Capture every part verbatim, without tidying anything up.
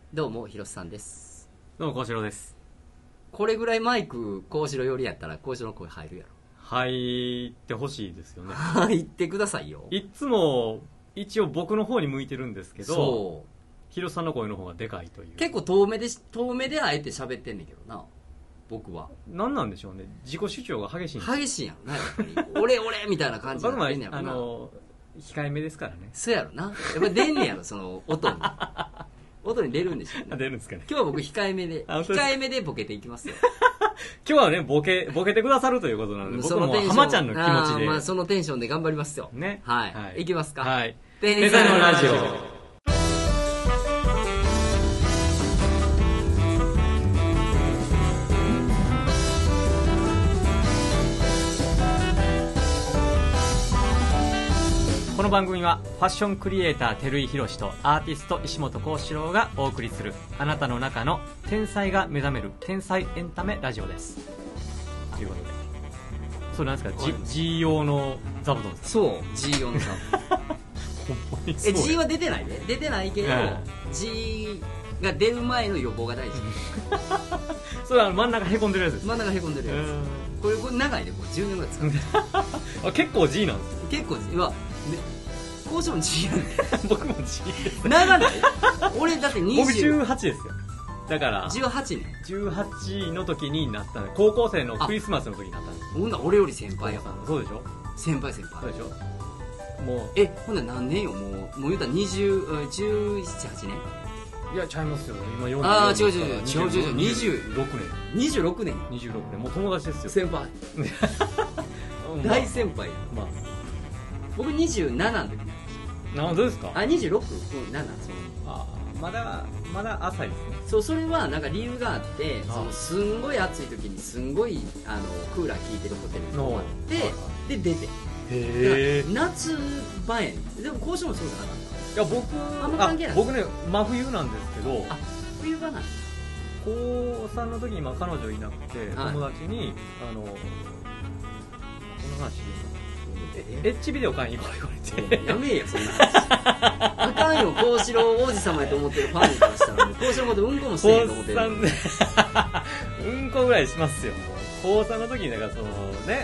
どうも広瀬さんです。 どうも幸四郎です。 これぐらいマイク幸四郎寄りやったら幸四郎の声入るやろ。 入ってほしいですよね。 入ってくださいよ。 いつも一応僕の方に向いてるんですけど、 そう広瀬さんの声の方がでかいという。 結構遠目で遠目であえて喋ってんねんけどな、僕は。 何なんでしょうね、自己主張が激しいんです。 激しいやんな、やっぱり俺俺みたいな感じになってんねやろな。 あの控えめですからね。 そうやろな、やっぱり出んねやろその音に音に出るんでしょうね。 出るんですかね。 今日は僕控えめで控えめでボケていきますよ。 今日はねボケボケてくださるということなので、僕も浜ちゃんの気持ちで、 まあ、そのテンションで頑張りますよね。はい、はい、いきますか。 はい、 天才のラジオ。 この番組はファッションクリエイター照井宏とアーティスト石本幸四郎がお送りする、あなたの中の天才が目覚める天才エンタメラジオです。ということで、それなんですか、 G, G 用の座布団ですか。 そう G 用の座布団え G は出てないね、出てないけど、うん、G が出る前の予防が大事それは真ん中へこんでるやつです。 真ん中へこんでるやつ。これこれ長いでこれじゅうねんぐらい使ってあ、結構 G なんです。 結構 G は交渉も G やね僕も G です。 長ない俺だってにじゅう僕じゅうはちですよ。だからじゅうはちねんじゅうはちの時になったの、高校生のクリスマスの時になったんです。 ほんなら俺より先輩や。 そうでしょ、 先輩先輩。 そうでしょ。もうえほんなら何年よ、もうもう言うたらにじゅう、じゅうなな、はちねん。 いやちゃいますよ、今よんじゅう。 ああ違う違う違う違う違う、にじゅうろくねんにじゅうろくねんにじゅうろくねん、もう友達ですよ、 先輩大先輩。まあ僕にじゅうななの時。 何度ですか。 あにじゅうろく、うん、なな。そう、 あまだまだ浅いですね。 そう、それはなんか理由があって、そのすんごい暑い時にすんごいあのクーラー効いてるホテルに泊まって、で出て、へえ、夏場やねん。でも交渉もそうじゃなかった。 いや僕あんま関係ない。 僕ね真冬なんですけど。 あ冬場なんだ。 高さんの時に今彼女いなくて、はい、友達にあのこの話エッチビデオ買いに行こう言われて、 やめえよそんな話あかんよ、幸四郎王子様やと思ってるファンにからしたら、幸四郎のことうんこもしてると思ってる。 うんこぐらいしますよ。高さんの時にだからそのね、もう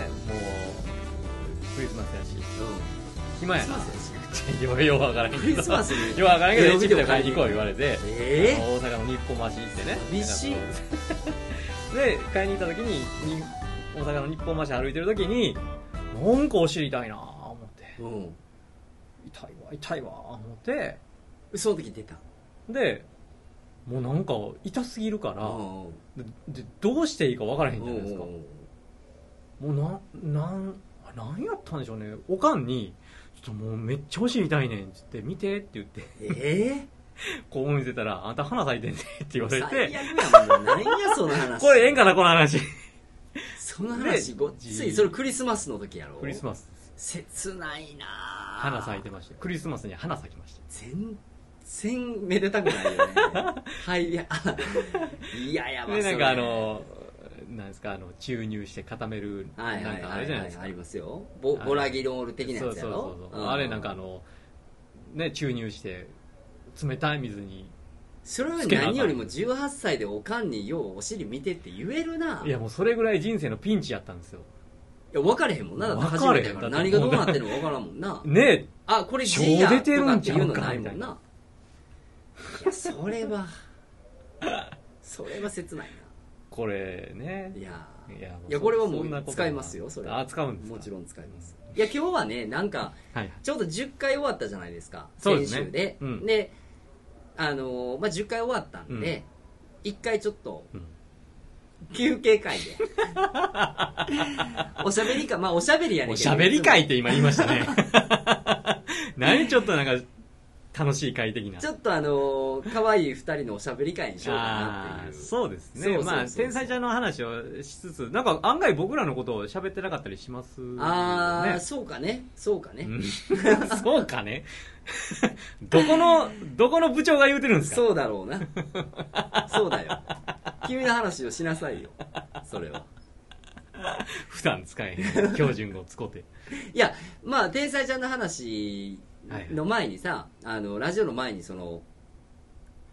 クリスマスやし、うん、暇やな。ようわからんけど、クリスマスにようわからんけどエッチビデオ買いに行こう言われて、えー、大阪の日本橋行ってね、 ビシで買いに行った時に大阪の日本橋歩いてる時に、なんかお尻痛いなぁ思って、うん、痛いわ痛いわ思って、 その時出た。 でもうなんか痛すぎるから、ででどうしていいか分からへんじゃないですか。もうななんなんやったんでしょうね。おかんにちょっともうめっちゃお尻痛いねんっつって見てって言って、 えー、こう見せたら、あんた花咲いてんねって言われて、 最悪やもん。何やその話これええんかなこの話その話ごっつい。それクリスマスの時やろ。 クリスマス切ないな。 花咲いてました。クリスマスに花咲きました。 全然めでたくないよねはいいやいややば。 でなんかあのなんですか、あの注入して固めるなんかあれじゃないですか。 ありますよ、ボボラギロール的なやつやろ。そうそうそう、 うん、あれなんかあのね注入して冷たい水に。 それは何よりもじゅうはっさいでおかんにようお尻見てって言えるな。 いやもうそれぐらい人生のピンチやったんですよ。 いや分かれへんもんな。だって初めてやから何がどうなってるのか分からんもんな。 ねえ、 あこれ G やとかっていうのないもんな。いやそれはそれは切ないなこれね。 いやいやいやこれはもう使いますよ。それあ使うんですか。 もちろん使います。いや今日はねなんかちょうどじゅっかい終わったじゃないですか、先週で。であのまあじゅっかい終わったんで、いっかいちょっと休憩会でおしゃべり会、まあおしゃべりやねんけど、 おしゃべり会って今言いましたね何ちょっとなんか楽しい会的な、 ちょっとあの可愛いふたりのおしゃべり会にしようかなっていう。 そうですね。まあ天才ちゃんの話をしつつ、なんか案外僕らのことを喋ってなかったりしますね。 ああそうかね、そうかねそうかねどこのどこの部長が言うてるんですか。 そうだろうなそうだよ、君の話をしなさいよそれは普段使えへん標準語を使っていやまあ天才ちゃんの話の前にさ、あのラジオの前にその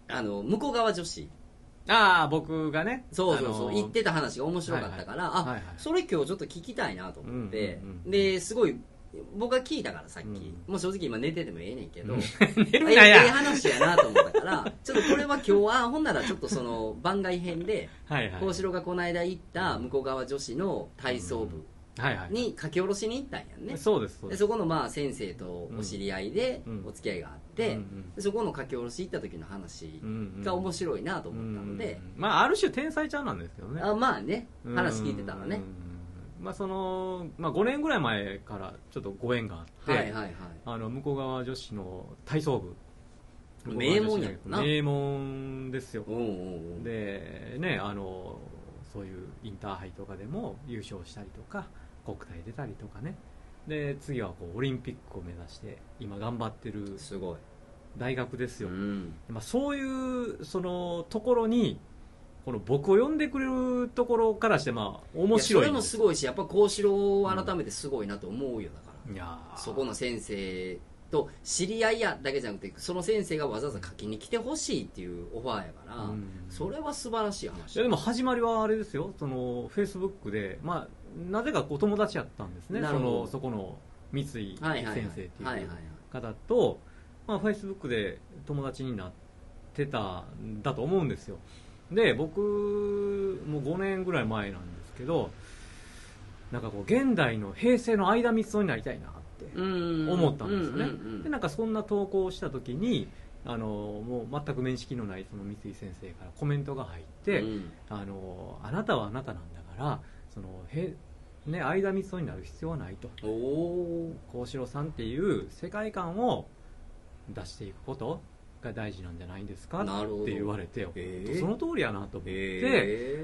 あの向こう側女子、 ああ僕がねそうそうそう、あのー、言ってた話が面白かったから、はいはい、あ、はいはい、それ今日ちょっと聞きたいなと思って、うんうんうん、ですごい僕が聞いたからさっき、うん、もう正直今寝ててもええねんけど、寝るなやええ話やなと思ったからちょっとこれは今日はほんならちょっとその番外編で幸四郎がこの間行った向こう側女子の体操部に書き下ろしに行ったんやんね。 そうですそうです。 でそこのまあ先生とお知り合いでお付き合いがあって、うん、でそこの書き下ろし行った時の話が面白いなと思ったので、うんうん、 まあある種天才ちゃんなんですけどね。 あまあね、話聞いてたらね、 まあそのまあ、ごねんぐらい前からちょっとご縁があって、はいはいはい、あの向こう側女子の体操部名門やな、 名門ですよ。おうおうおうでね、あのそういうインターハイとかでも優勝したりとか国体出たりとかね、で次はこうオリンピックを目指して今頑張ってる大学ですよ。うん、まあ、そういうそのところにこの僕を呼んでくれるところからしてまあ面白い。 いやそれもすごいし、やっぱ幸四郎を改めてすごいなと思うよ。だから、うん、いやそこの先生と知り合いやだけじゃなくて、その先生がわざわざ書きに来てほしいっていうオファーやから、うん、それは素晴らしい話。 いやでも始まりはあれですよ、そのフェイスブックで、まあ、なぜかお友達やったんですね。そのそこの三井先生っていう方とフェイスブックで友達になってたんだと思うんですよ。で僕もうごねんぐらい前なんですけど、なんかこう現代の平成の相田みつをになりたいなって思ったんですよね。でなんかそんな投稿をした時にあのもう全く面識のないその三井先生からコメントが入って、うん、あのあなたはあなたなんだからそのへ、ね、相田みつをになる必要はないと、幸四郎さんっていう世界観を出していくことが大事なんじゃないんですかって言われて、その通りやなと思って、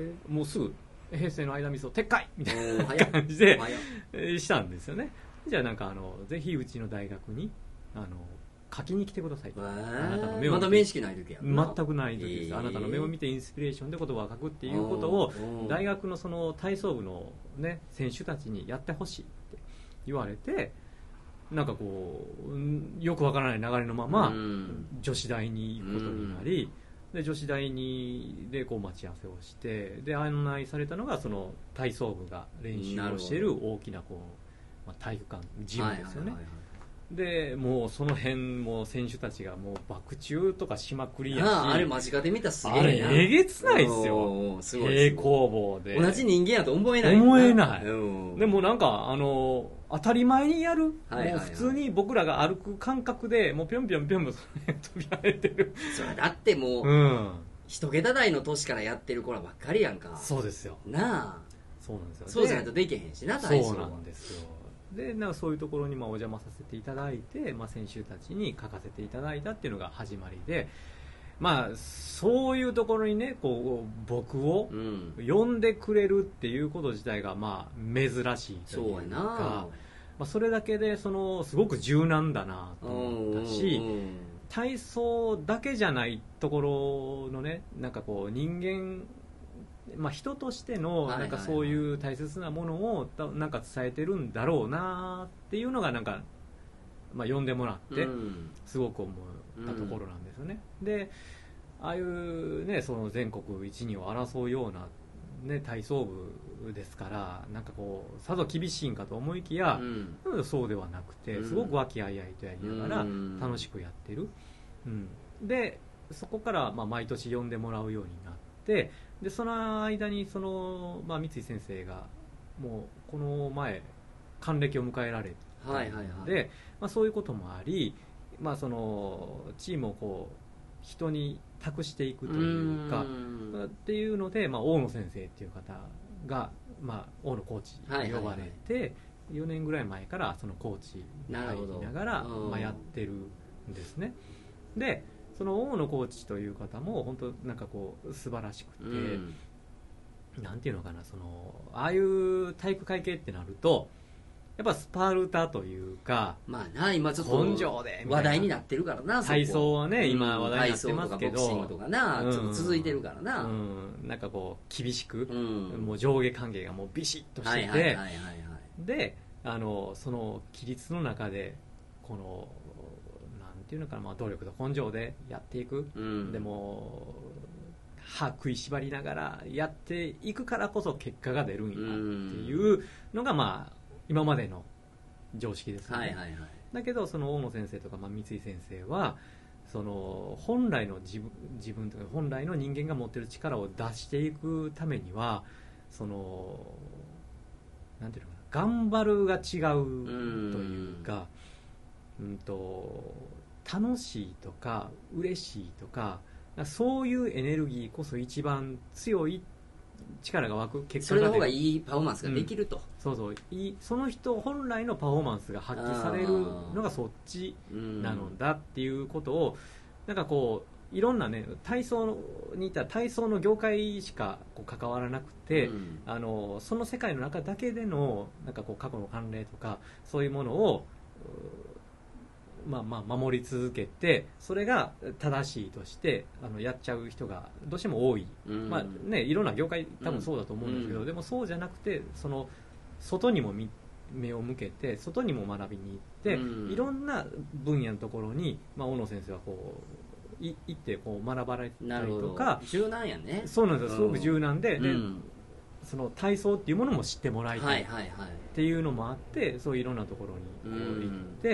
もうすぐ平成の間みそ撤回みたいな感じでしたんですよね。じゃあなんかあのぜひうちの大学にあの書きに来てくださいと。あなたの目をまだ面識ない時やん全くない時です。あなたの目を見てインスピレーションで言葉を書くっていうことを大学のその体操部のね選手たちにやってほしいって言われて、なんかこうよくわからない流れのまま女子大に行くことになり、で女子大にでこう待ち合わせをして、で案内されたのがその体操部が練習をしている大きなこう、まあ、体育館ジムですよね。でもうその辺も選手たちがもう爆中とかしまくりやし、 あ, あれ間近で見たらすげえな。 あれえげつないですよ。すごい平行棒で同じ人間やと思えない。 思えない。でもなんかあの当たり前にやる、はいはいはい、もう普通に僕らが歩く感覚でもうぴょんぴょんぴょんぴょん飛び跳ねてる。 それだってもう、うん、一桁台の年からやってる子らばっかりやんか。 そうですよ。 なあ。 そうなんですよ。 そうじゃないとできへんしな。体操は。 そうなんですよ。でなんかそういうところにまあお邪魔させていただいて、まあ、選手たちに書かせていただいたっていうのが始まりで、まあ、そういうところにねこう僕を呼んでくれるっていうこと自体がまあ珍しいというか、まあ、それだけでそのすごく柔軟だなと思ったし、体操だけじゃないところのねなんかこう人間まあ、人としてのなんかそういう大切なものをなんか伝えてるんだろうなっていうのがなんか、まあ、呼んでもらってすごく思ったところなんですよね。でああいうねその全国一二を争うような、ね、体操部ですからなんかこうさぞ厳しいんかと思いきや、うん、そうではなくてすごく和気あいあいとやりながら楽しくやってる、うん、でそこからまあ毎年呼んでもらうようになってでその間にその、まあ、三井先生がもうこの前還暦を迎えられたので、はいはいはい、まあ、そういうこともあり、まあ、そのチームをこう人に託していくというかっていうので、まあ、大野先生っていう方が、まあ、大野コーチに呼ばれて、はいはいはい、よねんぐらい前からそのコーチに入りながら、まあ、やってるんですね。でその大野コーチという方も本当なんかこう素晴らしくて、うん、なんていうのかなそのああいう体育会系ってなるとやっぱスパルタというか、 まあな今ちょっと根性で話題になってるからな。 体操はね、うん、今話題になってますけど、 体操とかボクシングとかな、うん、ちょっと続いてるからな、 うん、なんかこう厳しく、うん、もう上下関係がもうビシッとしてて、であのその規律の中でこのていうのかな、まあ、努力と根性でやっていく、うん、でも歯食いしばりながらやっていくからこそ結果が出るんやっていうのが、まあ、今までの常識ですよね、はいはいはい、だけどその大野先生とか、まあ、三井先生はその本来の自分、自分というか本来の人間が持っている力を出していくためにはそのなんていうのかな、頑張るが違うというか、うんと楽しいとか嬉しいとかそういうエネルギーこそ一番強い力が湧く結果が出る、それの方がいいパフォーマンスができると、うん、 そうそう、いいその人本来のパフォーマンスが発揮されるのがそっちなのだっていうことをなんかこういろんなね体操にいた体操の業界しかこう関わらなくて、うん、あのその世界の中だけでのなんかこう過去の慣例とかそういうものをまあ、まあ守り続けてそれが正しいとしてあのやっちゃう人がどうしても多い、うんまあね、いろんな業界多分そうだと思うんですけど、うん、でもそうじゃなくてその外にも目を向けて外にも学びに行って、うん、いろんな分野のところに、まあ、大野先生はこうい行ってこう学ばれたりとか柔軟やね。 そうなんですよ、すごく柔軟で、うん、でその体操っていうものも知ってもらいたいっていうのもあって、はいはいはい、そういろんなところにこう行って、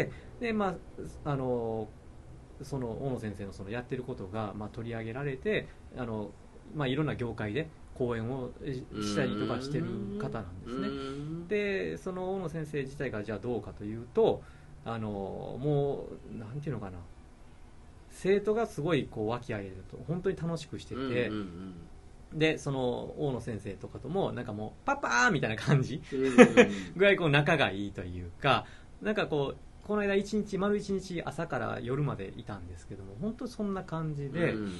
うん、でまああのその大野先生のそのやってることがまあ取り上げられてあの、まあ、いろんな業界で講演をしたりとかしてる方なんですね。でその大野先生自体がじゃあどうかというとあのもうなんていうのかな、生徒がすごいこう湧き上げると本当に楽しくしてて、うんうんうんでその大野先生とかともなんかもうパパーみたいな感じぐらいこう仲がいいというか、なんかこうこの間一日丸一日朝から夜までいたんですけども本当そんな感じで、うん、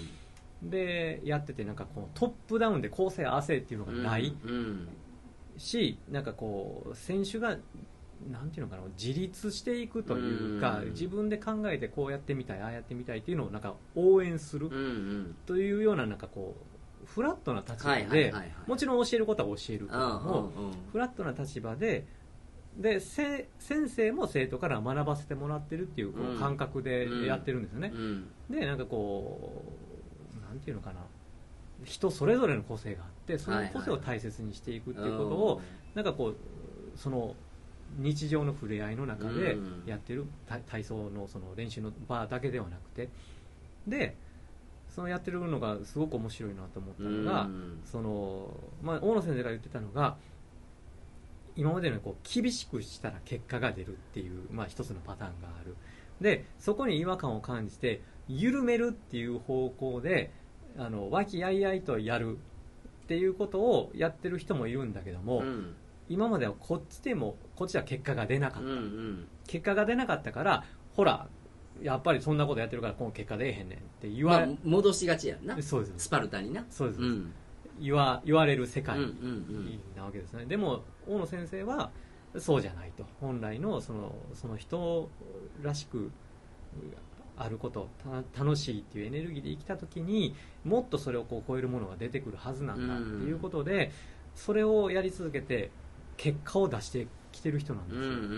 でやっててなんかこうトップダウンで構成合わせっていうのがない、うんうん、しなんかこう選手がなんていうのかな自立していくというか、うん、自分で考えてこうやってみたいああやってみたいっていうのをなんか応援するというようななんかこうフラットな立場で、はいはいはいはい、もちろん教えることは教えるけども、うんうん、フラットな立場でで先生も生徒から学ばせてもらってるっていう、こう感覚でやってるんですよね、うんうん、でなんかこうなんていうのかな、人それぞれの個性があってその個性を大切にしていくっていうことを、はいはい、なんかこうその日常の触れ合いの中でやってる、うん、体操のその練習の場だけではなくてでそのやってるのがすごく面白いなと思ったのが、そのまあ、大野先生が言ってたのが今までのこう厳しくしたら結果が出るっていう、まあ、一つのパターンがある。でそこに違和感を感じて緩めるっていう方向であの和気あいあいとやるっていうことをやってる人もいるんだけども、うん、今まではこっちでもこっちは結果が出なかった、うんうん、結果が出なかったからほらやっぱりそんなことやってるからこの結果出えへんねんって言われ、まあ、 戻しがちやんな。 そうです、 スパルタにな。 そうです、うん、言わ、言われる世界なわけですね、うんうんうん、でも大野先生はそうじゃないと、本来のその、その人らしくあること楽しいっていうエネルギーで生きた時にもっとそれをこう超えるものが出てくるはずなんだっていうことで、うん、それをやり続けて結果を出してきてる人なんですよ、うんうんうん、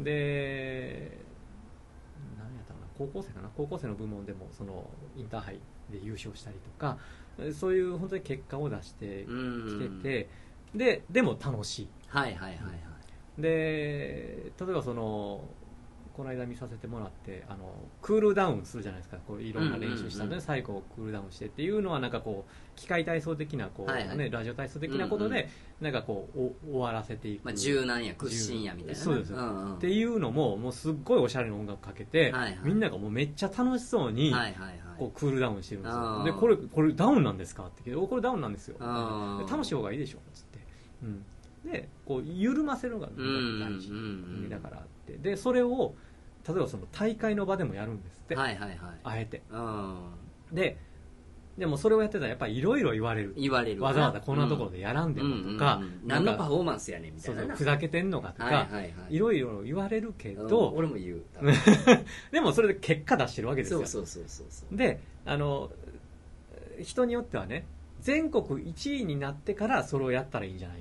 で高校生かな高校生の部門でもそのインターハイで優勝したりとかそういう本当に結果を出してきててででも楽しい、 はいはいはいはい、 で例えばそのこの間見させてもらってあのクールダウンするじゃないですか、こういろんな練習したので、うんうんうん、最後クールダウンしてっていうのはなんかこう機械体操的なこう、はいはいね、ラジオ体操的なことで、うんうん、なんかこうお終わらせていく、 まあ、柔軟や屈伸やみたいな、 そうです、うんうん、っていうのももうすっごいおしゃれな音楽かけて、はいはい、みんながもうめっちゃ楽しそうに、はいはいはい、こうクールダウンしてるんですよ。でこれこれダウンなんですかって聞いて、これダウンなんですよ、楽しい方がいいでしょつって、うん、でこう緩ませるのが大事、うんうんうん、だからってでそれを例えばその大会の場でもやるんですって、はいはいはい、あえて、うん、ででもそれをやってたらやっぱりいろいろ言われる言われるわざわざこんなところでやらんでもとか、うんうんうん、 何のパフォーマンスやねんみたいな、 そうそうふざけてんのかとか、はいはいはい、いろいろ言われるけど、 うん、俺も言うでもそれで結果出してるわけですよ。 そうそうそうそうであの人によってはね全国いちいになってからそれをやったらいいんじゃないか、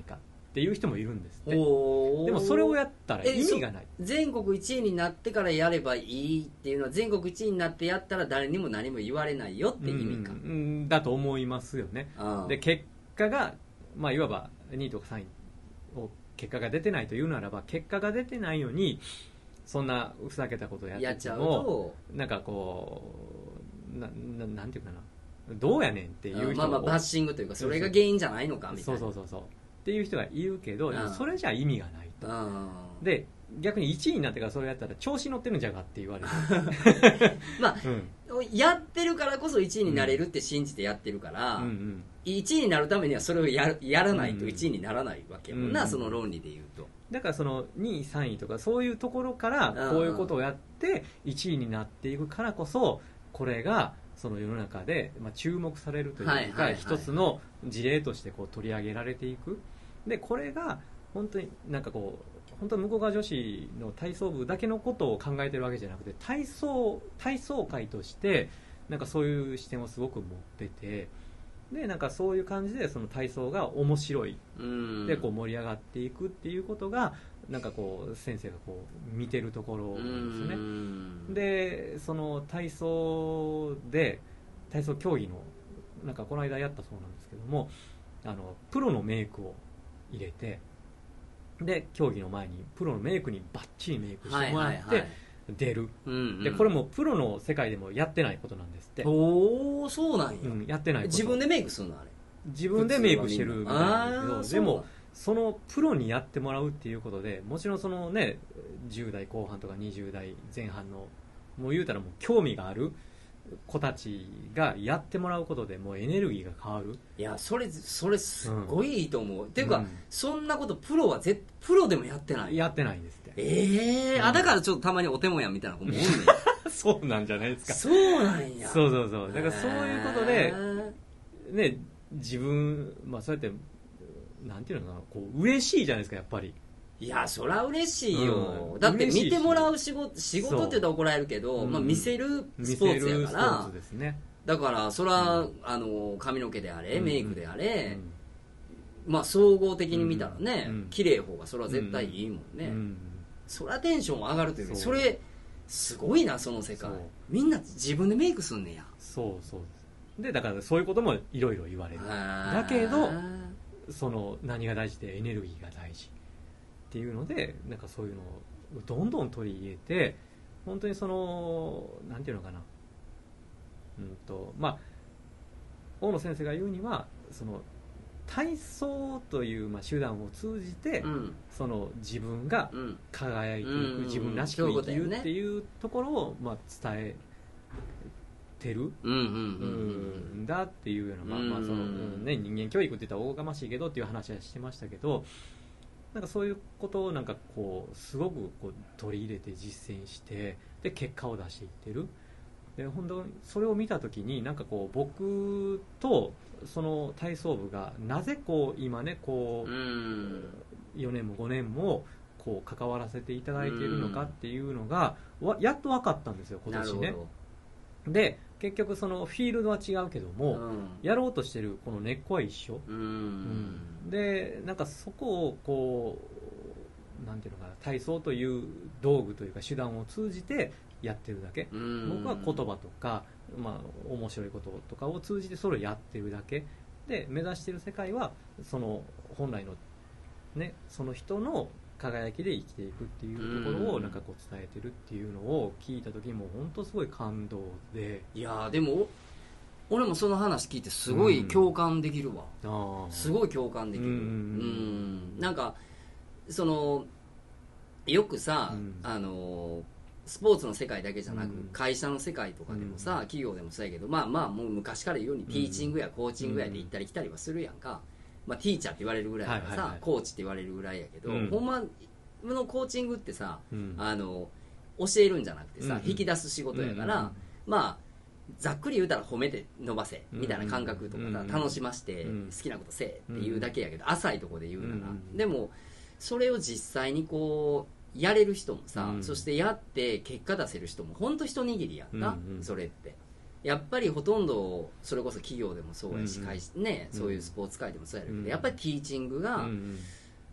っていう人もいるんですって。でもそれをやったら意味がない。 全国いちいになってからやればいいっていうのは、全国いちいになってやったら誰にも何も言われないよって意味か、 うんうん、だと思いますよね。で結果が、まあ、いわばにいとかさんいを結果が出てないというならば、結果が出てないのにそんなふざけたことをやっててもなんかこう な, な, なんていうかなどうやねんっていう人、 まあまあバッシングというか、それが原因じゃないのかみたいな、 そうそうそうそうっていう人がいるけど、それじゃ意味がないと。で逆にいちいになってからそれやったら調子乗ってるんじゃがって言われるまあ、うん、やってるからこそいちいになれるって信じてやってるから、うんうんうん、いちいになるためにはそれを や, やらないといちいにならないわけやもんな、うんうん、その論理で言うと。 だからそのにいさんいとかそういうところからこういうことをやっていちいになっていくからこそ、これがその世の中でまあ注目されるというか、はいはいはい、一つの事例としてこう取り上げられていく。でこれが本当になんかこう本当は向こう側女子の体操部だけのことを考えてるわけじゃなくて、体操体操界としてなんかそういう視点をすごく持ってて、でなんかそういう感じでその体操が面白いでこう盛り上がっていくっていうことがなんかこう先生がこう見てるところですね。でその体操で体操競技のなんかこの間やったそうなんですけども、あのプロのメイクを入れて、で競技の前にプロのメイクにバッチリメイクしてもらって出る、はいはいはい、でこれもプロの世界でもやってないことなんですって。 おお、そうなんや、 うん、やってないこと。 自分でメイクするの？あれ自分でメイクしてるみたいなんですけど、でもそのプロにやってもらうっていうことで、もちろんそのねじゅう代後半とかにじゅう代前半のもう言うたらもう興味がある子たちがやってもらうことでもうエネルギーが変わる。 いやそれそれすごいいいと思う、うん、っていうか、うん、そんなことプロはぜプロでもやってないやってないんですって。 ええーうん、あだからちょっとたまにお手もやみたいな子もおんねんそうなんじゃないですか。 そうなんや。 そうそうそう、だからそういうことでね、自分まあそうやってなんていうのかな、こう嬉しいじゃないですかやっぱり。 いやそりゃ嬉しいよ、うん、だって見てもらう仕事仕事って言ったら怒られるけど、まあ、見せるスポーツやから、うんですね、だからそりゃ、うん、あの髪の毛であれメイクであれ、うん、まあ総合的に見たらね、うん、綺麗方がそれは絶対いいもんね、うん、そりゃテンション上がるというか、それすごいなその世界。みんな自分でメイクすんねや。 そうそうでだからそういうこともいろいろ言われる。だけどその何が大事でエネルギーが大事っていうので、なんかそういうのをどんどん取り入れて、本当にそのなんていうのかな、うんとまあ大野先生が言うには、その体操というまあ手段を通じて、うん、その自分が輝いていく、うん、自分らしく生きるっていうところをまあ伝えてるんだっていうような、まあまあそのね、人間教育って言ったらおこがましいけどっていう話はしてましたけど、なんかそういうことをなんかこうすごくこう取り入れて実践してで結果を出していってる。で本当にそれを見た時になんかこう僕とその体操部がなぜこう今ねこうよねんもごねんもこう関わらせていただいているのかっていうのがやっと分かったんですよ今年ね。で結局そのフィールドは違うけども、うん、やろうとしてるこの根っこは一緒、うんうん、でなんかそこをこうなんていうのかな、体操という道具というか手段を通じてやってるだけ、うん、僕は言葉とか、まあ、面白いこととかを通じてそれをやってるだけで、目指している世界はその本来のねその人の輝きで生きていくっていうところをなんかこう伝えてるっていうのを聞いた時も本当すごい感動で。 いやでも俺もその話聞いてすごい共感できるわ、うん、すごい共感できる。うん、うん、なんかそのよくさ、うん、あのスポーツの世界だけじゃなく、うん、会社の世界とかでもさ、うん、企業でもそうやけど、まあまあもう昔から言うように、ティーチングやコーチングやで行ったり来たりはするやんか。まあ、ティーチャーって言われるぐらいだからさ、はいはいはい、コーチって言われるぐらいやけど、うん、ほんまのコーチングってさ、うん、あの教えるんじゃなくてさ、うん、引き出す仕事やから、うん、まあざっくり言うたら褒めて伸ばせみたいな感覚とかさ、うん、楽しまして、うん、好きなことせえっていうだけやけど、浅いところで言うなら、うん、でもそれを実際にこうやれる人もさ、うん、そしてやって結果出せる人もほんと一握りやんか、うんうん、それってやっぱりほとんどそれこそ企業でもそうやし、うんうんね、そういうスポーツ界でもそうやるけど、うん、やっぱりティーチングが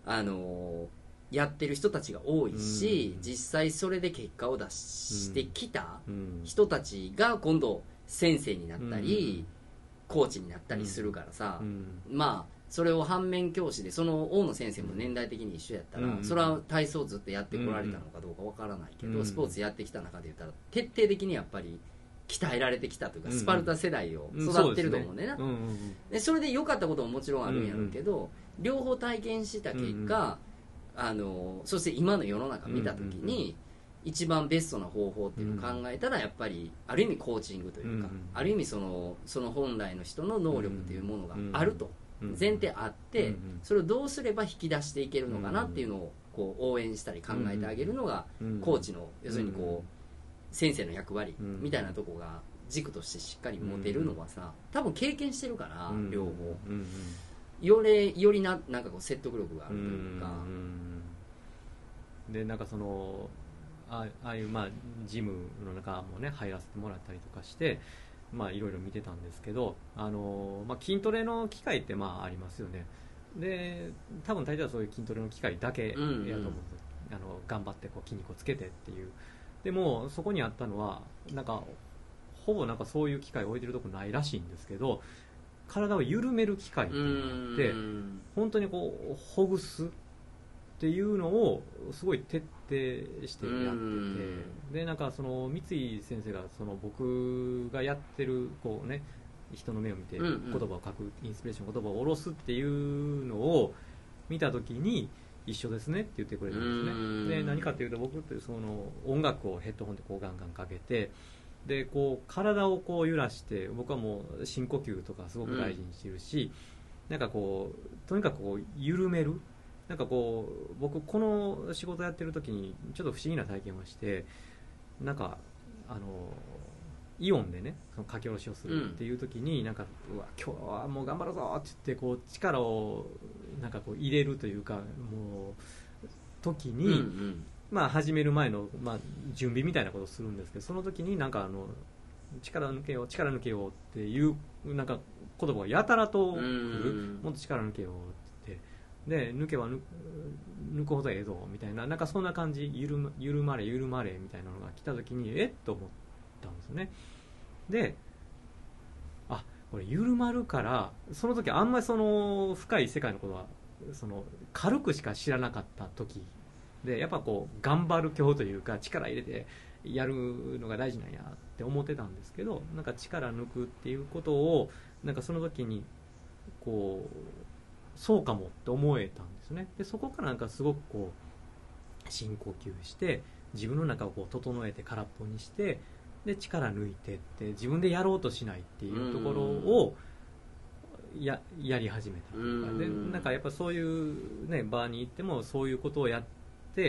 あのやってる人たちが多いし、実際それで結果を出してきた人たちが今度先生になったり、コーチになったりするからさ、まあそれを反面教師で、その大野先生も年代的に一緒やったら、それは体操ずっとやってこられたのかどうかわからないけど、スポーツやってきた中で言ったら徹底的にやっぱり鍛えられてきたというか、スパルタ世代を育ってると思うねんな。でそれで良かったことももちろんあるんやろうけど、両方体験した結果、あのそして今の世の中見た時に一番ベストな方法っていうのを考えたら、やっぱりある意味コーチングというか、ある意味そのその本来の人の能力というものがあると前提あって、それをどうすれば引き出していけるのかなっていうのをこう応援したり考えてあげるのがコーチの、要するにこう先生の役割みたいなとこが軸としてしっかり持てるのはさ、多分経験してるから、両方よりよりな、なんかこう説得力があるというか、 でなんかそのああいうまあジムの中もね入らせてもらったりとかして、まあいろいろ見てたんですけど、あの、まあ、筋トレの機会ってまあありますよね。で多分大体はそういう筋トレの機会だけやと思うんです、うんうん、あの頑張ってこう筋肉をつけてっていう。でもそこにあったのはなんかほぼなんかそういう機会を置いてるとこないらしいんですけど、体を緩める機会っていうのがあって、本当にこうほぐすっていうのをすごい徹底してやってて、でなんかその三井先生がその僕がやってるこうね、人の目を見て言葉を書く、インスピレーション、言葉を下ろすっていうのを見た時に一緒ですねって言ってくれたんですね。で何かっていうと、僕ってその音楽をヘッドホンでこうガンガンかけて、でこう体をこう揺らして、僕はもう深呼吸とかすごく大事にしてるし、うん、なんかこうとにかくこう緩める、なんかこう僕この仕事やってる時にちょっと不思議な体験をして、なんかあのイオンでねその書き下ろしをするっていう時に、うん、なんかうわ今日はもう頑張るぞって言ってこう力をなんかこう入れるというか、もう時に、うんうん、まあ始める前の、まあ、準備みたいなことをするんですけど、その時になんかあの力抜けよう力抜けようっていうなんか言葉がやたらと来る、うん、もっと力抜けようって言って、で抜けば抜くほどええぞみたいな、なんかそんな感じ、緩ま、緩まれ緩まれみたいなのが来た時にえっと思ったんですよね。で、あ、これ緩まるから、その時あんまりその深い世界のことはその軽くしか知らなかった時で、やっぱこう頑張る今日というか力入れてやるのが大事なんやって思ってたんですけど、なんか力抜くっていうことをなんかその時にこうそうかもって思えたんですね。でそこからなんかすごくこう深呼吸して自分の中をこう整えて空っぽにして、で力抜いてって自分でやろうとしないっていうところをや, やり始めたというか、でなんかやっぱそういう、ね、場に行ってもそういうことをやって、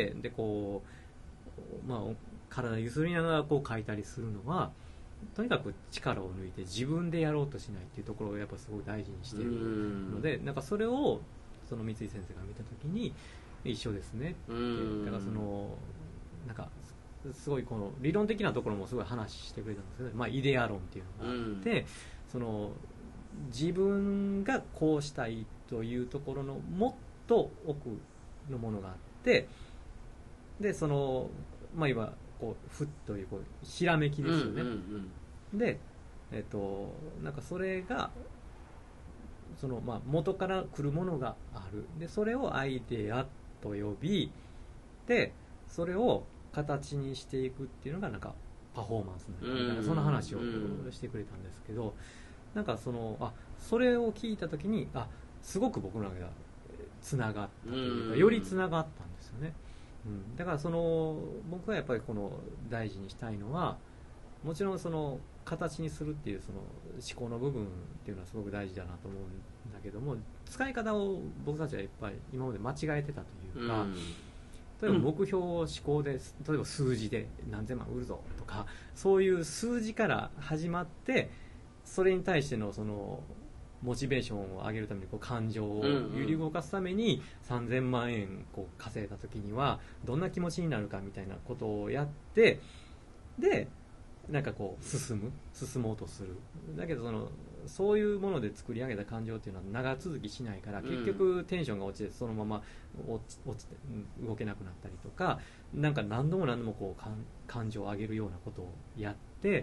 でこう、まあ、体揺すりながらこう書いたりするのは、とにかく力を抜いて自分でやろうとしないっていうところをやっぱすごい大事にしているので、なんかそれをその三井先生が見た時に一緒ですねって、だからそのなんかすごいこの理論的なところもすごい話してくれたんですけど、まあ、イデア論っていうのがあって、その自分がこうしたいというところのもっと奥のものがあって、でそのまあ今こうふっというこうひらめきですよね、うんうんうん、でえっとなんかそれがそのまあ元から来るものがある、でそれをアイデアと呼び、でそれを形にしていくっていうのがなんかパフォーマンスみたいな、そんな話をしてくれたんですけど、なんかそのあそれを聞いたときに、あすごく僕の中ではつながったというか、よりつながったんですよね、うん、だからその僕はやっぱりこの大事にしたいのは、もちろんその形にするっていうその思考の部分っていうのはすごく大事だなと思うんだけども、使い方を僕たちはいっぱい今まで間違えてたというか、うん、例えば目標を思考で、例えば数字で何千万売るぞとか、そういう数字から始まって、それに対してのそのモチベーションを上げるためにこう感情を揺り動かすためにさんぜんまんえんこう稼いだ時にはどんな気持ちになるかみたいなことをやって、でなんかこう進む進もうとする。だけどそのそういうもので作り上げた感情っていうのは長続きしないから、結局テンションが落ちてそのまま落ち、落ちて動けなくなったりとか、なんか何度も何度もこう感情を上げるようなことをやって、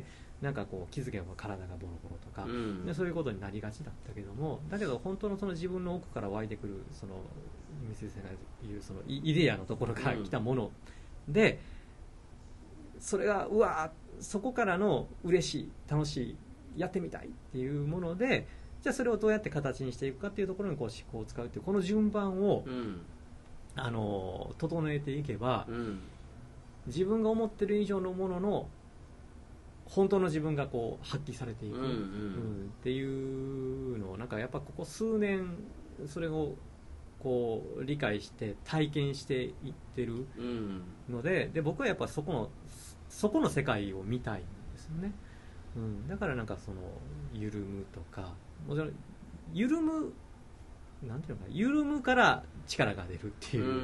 なんかこう気づけば体がボロボロとか、うん、でそういうことになりがちだったけども、だけど本当のその自分の奥から湧いてくるその三井先生が言うそのイデアのところから来たもので、うん、それがうわそこからの嬉しい楽しいやってみたいっていうもので、じゃあそれをどうやって形にしていくかっていうところにこう思考を使うっていうこの順番を、うん、あの整えていけば、うん、自分が思ってる以上のものの本当の自分がこう発揮されていく、うんうんうん、っていうのをなんかやっぱここ数年それをこう理解して体験していってるので、で僕はやっぱそこのそこの世界を見たいんですよね、うん、だからなんかその緩むとか、もちろん緩むなんていうのかな、緩むから力が出るっていう、うん、うん、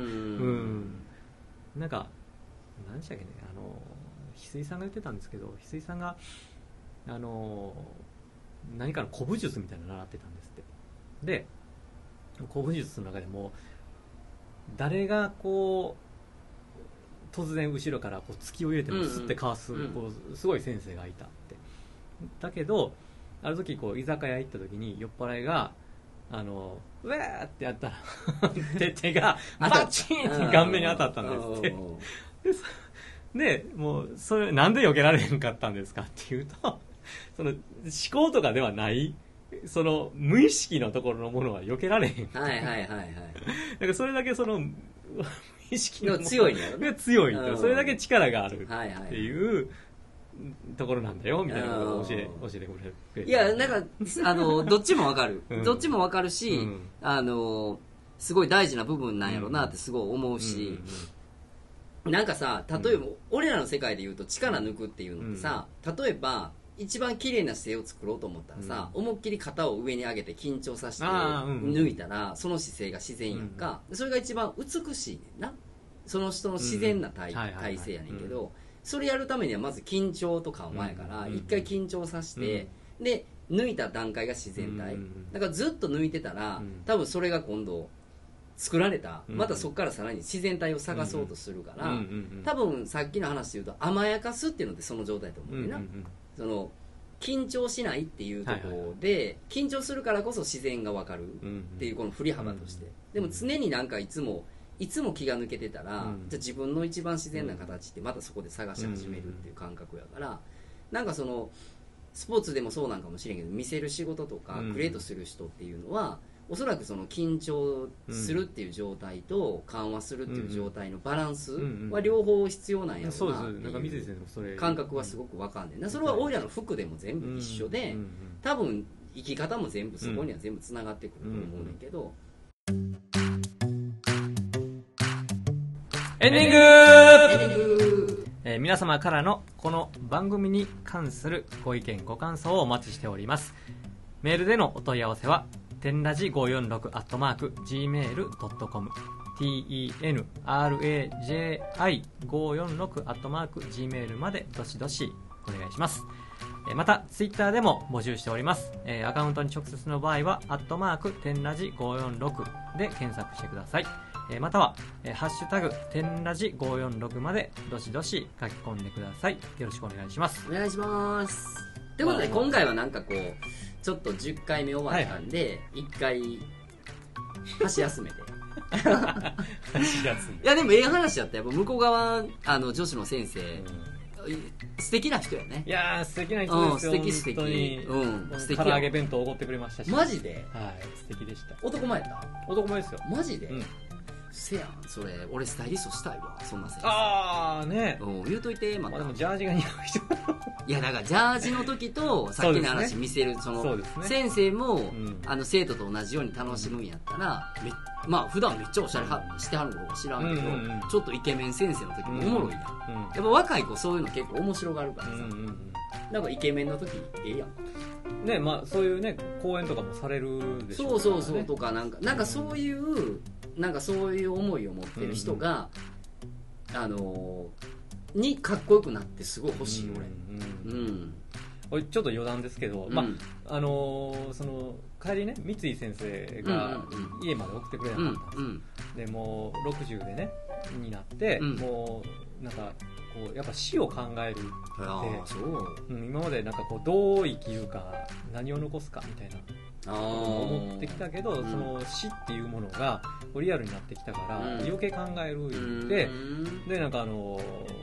なんか何でしたっけね、あの翡翠さんが言ってたんですけど、翡翠さんがあの何かの古武術みたいなの習ってたんですって。で古武術の中でも誰がこう突然後ろからこう突きを入れてもスッてかわす、うんうん、こうすごい先生がいたって。だけどある時こう居酒屋行った時に酔っ払いがあのうわーってやったら手手がバチンって顔面に当たったんですってでもうそれなんで避けられへんかったんですかっていうと、その思考とかではないその無意識のところのものは避けられへん。 はいはいはいはい。だからそれだけその無意識の強いんだよね。 強いんだよ。それだけ力があるっていうところなんだよみたいなことを教え教えてくれる。 いやなんかあのどっちもわかる。うん、どっちもわかるし、うん、あのすごい大事な部分なんやろうなってすごい思うし。うんうんうん、なんかさ、例えば、うん、俺らの世界で言うと力抜くっていうのってさ、うん、例えば一番綺麗な姿勢を作ろうと思ったらさ、うん、思いっきり肩を上に上げて緊張させて抜いたら、うん、その姿勢が自然やんか、うん、それが一番美しいねんな、その人の自然な 体,、うん、体勢やねんけど、うん、それやるためにはまず緊張と緩和やから、うん、一回緊張させて、うん、で抜いた段階が自然体、うん、だからずっと抜いてたら、うん、多分それが今度作られた、またそこからさらに自然体を探そうとするから、多分さっきの話で言うと甘やかすっていうのってその状態だと思うねんな、うんうんうん、その緊張しないっていうところで、はいはいはい、緊張するからこそ自然が分かるっていうこの振り幅として、うんうん、でも常になんかいつもいつも気が抜けてたら、うん、じゃあ自分の一番自然な形ってまたそこで探し始めるっていう感覚やから、なんかそのスポーツでもそうなんかもしれんけど、見せる仕事とかクリエイトする人っていうのは、おそらくその緊張するっていう状態と緩和するっていう状態のバランスは両方必要なんやろうなっていう感覚はすごく分かんねんな。それは俺らの服でも全部一緒で、多分生き方も全部そこには全部つながってくると思うねんけど。 エンディングー、えー、皆様からのこの番組に関するご意見ご感想をお待ちしております。メールでのお問い合わせはテンラジごーよんろくアットマークジーメールドットコム テンラジごーよんろくアットマークジーメール までどしどしお願いします。またツイッターでも募集しております。アカウントに直接の場合はアットマークテンラジごーよんろくで検索してください。またはハッシュタグテンラジごーよんろくまでどしどし書き込んでください。よろしくお願いします。 お願いします。ということで今回はなんかこうちょっとじゅっかいめ終わったんで、はい、いっかい箸休めて箸休めいやでもええ話やった。やっぱ向こう側あの女子の先生、うん、素敵な人やね。 いやー素敵な人ですよ、うん、素敵素敵、うん、素敵。 唐揚げ弁当おごってくれましたし。 マジで、 はい、素敵でした。 男前やった。 男前ですよ。 マジで、うん、せやん、それ俺スタイリストしたいわ、そんな先生。 ああね、 うん、言うといて。また、 まあ、でもジャージが似合う人いやだからジャージの時とさっきの話見せる そ, ね、その、ね、先生も、うん、あの生徒と同じように楽しむんやったら、めまあ普段めっちゃおしゃれはしてはるのか知らんけど、うんうんうん、ちょっとイケメン先生の時もおもろいやん、うんうん、やっぱ若い子そういうの結構面白がるからさ、うんうんうん、なんかイケメンの時ええやんね。まあそういうね講演とかもされるでしょうからね。 そうそうそうとかなんかなんかそういうなんかそういう思いを持ってる人が、うんうん、あのーにかっこよくなってすごい欲しい、俺、うんうんうん、 ちょっと余談ですけど、うん、まああのー、その帰りね三井先生が家まで送ってくれなかったんです、うんうん、でもうろくじゅうでねになって、うん、もうなんかこうやっぱ死を考えるって、そう、うん、今までなんかこうどう生きるか何を残すかみたいな思ってきたけど、その死っていうものがリアルになってきたから、うん、余計考える言って、うん、でなんかあのもう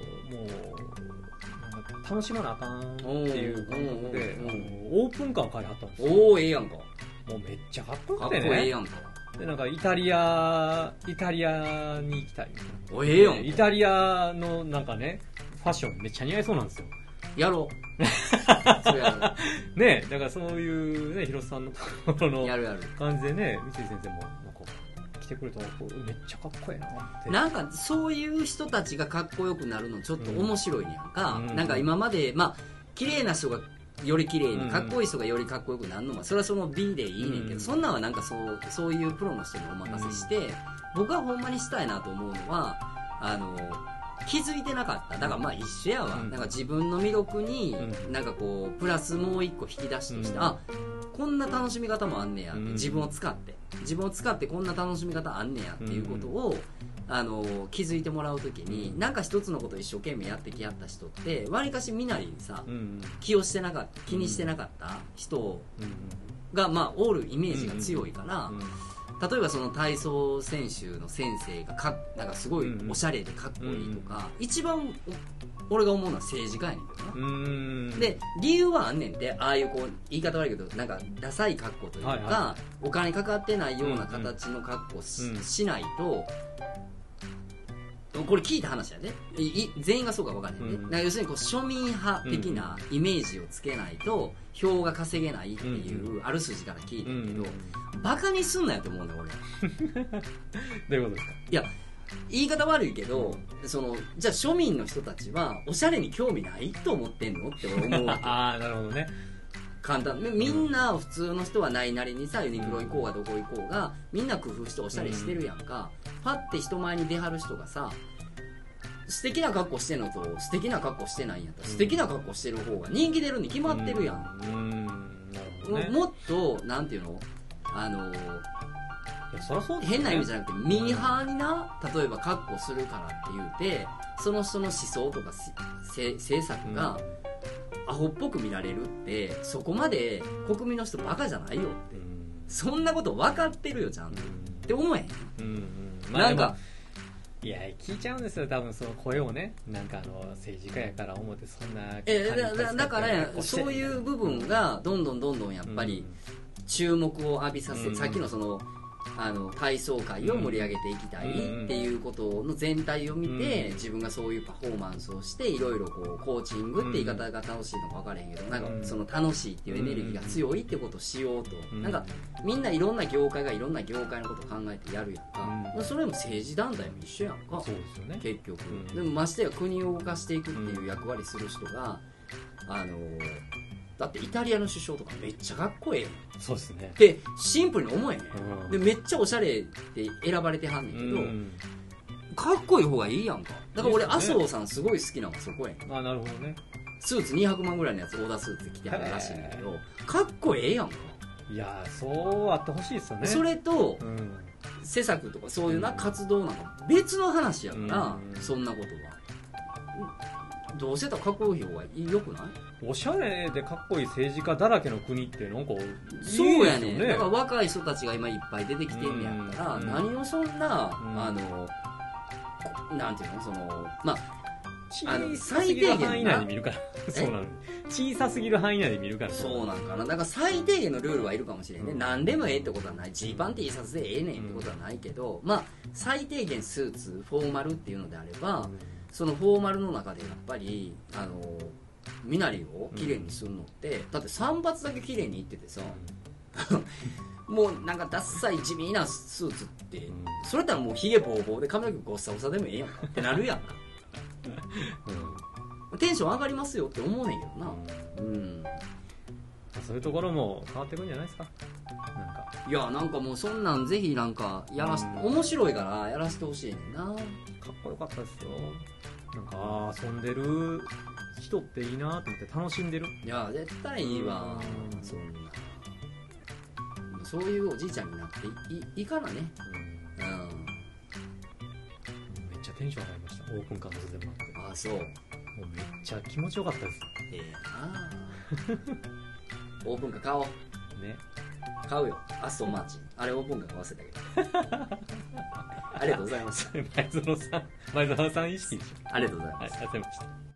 楽しまなあかんっていう感覚でオープンカー買いはったんですよ。 おお、ええやんか。 もうめっちゃかっこよくてね。 かっこええやんか。 でなんかイタリアイタリアに行きたいみたいな。 おええやんか。 イタリアのなんかねファッションめっちゃ似合いそうなんですよ。 やろう。それやろう。ねえ、だからそういうね広瀬さんのところのやるやる感じでね三井先生もなんか来てくれたらめっちゃかっこいいなって。 なんかそういう人たちがかっこよくなるのちょっと面白いねやんか、うん、なんか今までまあ綺麗な人がより綺麗にかっこいい人がよりかっこよくなるのはそれはその B でいいねんけど、うん、そんなんはなんかそうそういうプロの人にお任せして、うん、僕はほんまにしたいなと思うのはあの気づいてなかっただからまあ一緒やわ、うん、なんか自分の魅力になんかこうプラスもう一個引き出しとして、うん、あこんな楽しみ方もあんねやって、うん、自分を使って自分を使ってこんな楽しみ方あんねやっていうことを、うん、あの気づいてもらうときに、うん、なんか一つのことを一生懸命やってきやった人ってわりかし身なりにさ、うん、気をしてなかった気にしてなかった人が、まあ、おるイメージが強いから、うんうん、例えばその体操選手の先生がかなんかすごいおしゃれでかっこいいとか、うん、一番俺が思うのは政治家やねんけどな。うーんで理由はあんねんってああいうこう言い方悪いけどなんかダサい格好というか、はいはい、お金かかってないような形の格好 し,、うんうん、しないとこれ聞いた話やで、ね、全員がそうか分からへんね、うん、だから要するにこう庶民派的なイメージをつけないと票が稼げないっていうある筋から聞いたけど、うん、バカにすんなよって思うね俺どういうことですか。 いや言い方悪いけど、うん、そのじゃあ庶民の人たちはおしゃれに興味ないと思ってんのって思うわけああなるほどね。 簡単みんな普通の人はないなりにさユニクロ行こうがどこ行こうがみんな工夫しておしゃれしてるやんか、うん、パッて人前に出はる人がさ素敵な格好してんのと素敵な格好してないんやったら、うん、素敵な格好してる方が人気出るに決まってるやん、うんうんなるほどね、もっとなんていうのあのいやそりゃそうですね、変な意味じゃなくてミーハーにな例えば格好するからって言うてその人の思想とか政策が、うん、アホっぽく見られるってそこまで国民の人バカじゃないよって、うん、そんなこと分かってるよちゃんと、うん、って思えへん、うんうんまあ、なんかいや聞いちゃうんですよ多分その声をねなんかあの政治家やから思ってそんなえ だ, だ, だからそういう部分がどんどんどんどんやっぱり注目を浴びさせ、うん、さっきのそのあの体操界を盛り上げていきたいっていうことの全体を見て、うん、自分がそういうパフォーマンスをしていろいろこうコーチングって言い方が楽しいのか分からへんけど、うん、なんかその楽しいっていうエネルギーが強いってことをしようと、うん、なんかみんないろんな業界がいろんな業界のことを考えてやるやんか、うん、それも政治団体も一緒やんか。 そうですよね結局、うん、でもましてや国を動かしていくっていう役割する人があのーだってイタリアの首相とかめっちゃかっこええやん。 そうですね。 でシンプルに思えね、うん、でめっちゃおしゃれで選ばれてはんねんけど、うん、かっこいい方がいいやんか。だから俺、ね、麻生さんすごい好きなのがそこやん。 あなるほどね。 スーツにひゃくまんぐらいのやつオーダースーツ着てはるらしいんだけどかっこええやんか。 いやそうあってほしいですよね。 それと、うん、施策とかそういうな活動なんか別の話やから、うん、そんなことはどうせたらかっこいい方がよくない？ おしゃれでかっこいい政治家だらけの国ってなんかいいですよね。そうやね。だから若い人たちが今いっぱい出てきてんねやったら、うん、何をそんな、うん、あのなんていうのそのまあ小さすぎる範囲内で見るからそうなの。小さすぎる範囲内で見るからそうなんかな。だから最低限のルールはいるかもしれんね、うん、何でもええってことはない。ジーパン T シャツでええねんってことはないけど、うん、まあ最低限スーツフォーマルっていうのであれば、うん、そのフォーマルの中でやっぱりあの身なりをきれいにするのって、うん、だって散髪だけきれいにいっててさ、うん、もうなんかダッサい地味なスーツって、うん、それだったらもうヒゲボーボーで髪の毛ゴッサゴサでもええやんかってなるやんか、うん、テンション上がりますよって思うねんけどな、うんうん、 そういうところも変わってくるんじゃないですか。なんかいやなんかもうそんなんぜひなんかやらし、うん、面白いからやらせてほしいねんな。かっこよかったですよ。なんか遊んでる人っていいなと思って楽しんでる。 いや絶対いいわ、そんなそういうおじいちゃんになってい い, いいかなね、うん、うん、 めっちゃテンション上がりました。オープンカーさせてもらって。 ああそう、もうめっちゃ気持ちよかったです。 ええー、なオープンカー買おうね、 買うよ。アストンマーチンあれオープンカー買わせたけどありがとうございます。 前園さん前園さん意識でしょ。 ありがとうございます。 はい、ありがとうございました。